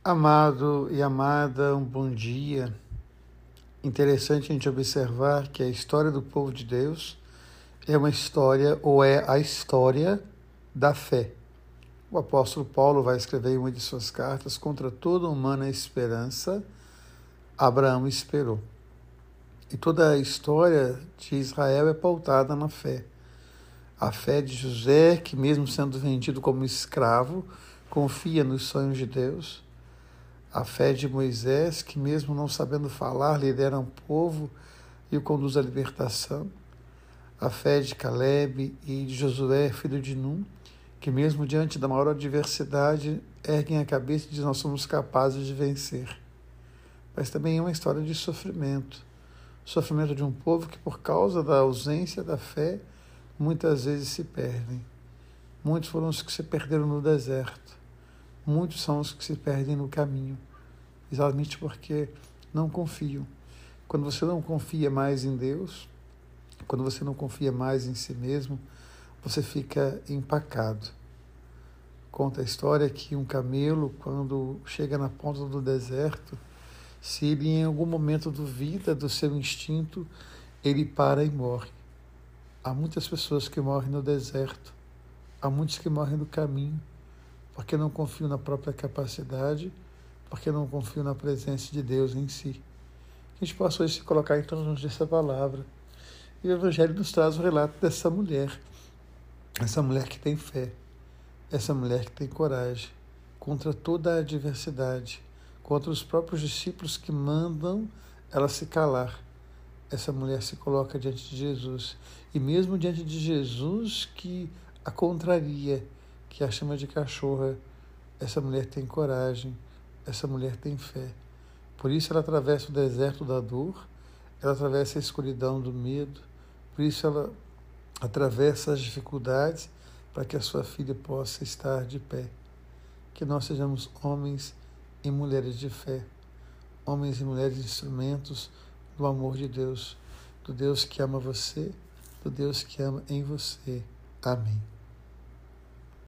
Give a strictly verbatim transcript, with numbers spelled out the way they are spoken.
Amado e amada, um bom dia. Interessante a gente observar que a história do povo de Deus é uma história, ou é a história da fé. O apóstolo Paulo vai escrever em uma de suas cartas: contra toda humana esperança, Abraão esperou. E toda a história de Israel é pautada na fé. A fé de José, que mesmo sendo vendido como escravo, confia nos sonhos de Deus. A fé de Moisés, que mesmo não sabendo falar, lidera um povo e o conduz à libertação. A fé de Caleb e de Josué, filho de Num, que mesmo diante da maior adversidade, erguem a cabeça e dizem: nós somos capazes de vencer. Mas também é uma história de sofrimento. Sofrimento de um povo que, por causa da ausência da fé, muitas vezes se perdem. Muitos foram os que se perderam no deserto. Muitos são os que se perdem no caminho, exatamente porque não confiam. Quando você não confia mais em Deus, quando você não confia mais em si mesmo, você fica empacado. Conta a história que um camelo, quando chega na ponta do deserto, se ele em algum momento duvida do seu instinto, ele para e morre. Há muitas pessoas que morrem no deserto, há muitos que morrem no caminho, porque não confiam na própria capacidade, porque não confiam na presença de Deus em si. Que a gente possa hoje se colocar então diante dessa palavra. E o Evangelho nos traz o relato dessa mulher, essa mulher que tem fé, essa mulher que tem coragem, contra toda a adversidade, contra os próprios discípulos que mandam ela se calar. Essa mulher se coloca diante de Jesus, e mesmo diante de Jesus que a contraria, que a chama de cachorra, essa mulher tem coragem, essa mulher tem fé. Por isso ela atravessa o deserto da dor, ela atravessa a escuridão do medo, por isso ela atravessa as dificuldades para que a sua filha possa estar de pé. Que nós sejamos homens e mulheres de fé, homens e mulheres instrumentos do amor de Deus, do Deus que ama você, do Deus que ama em você. Amém.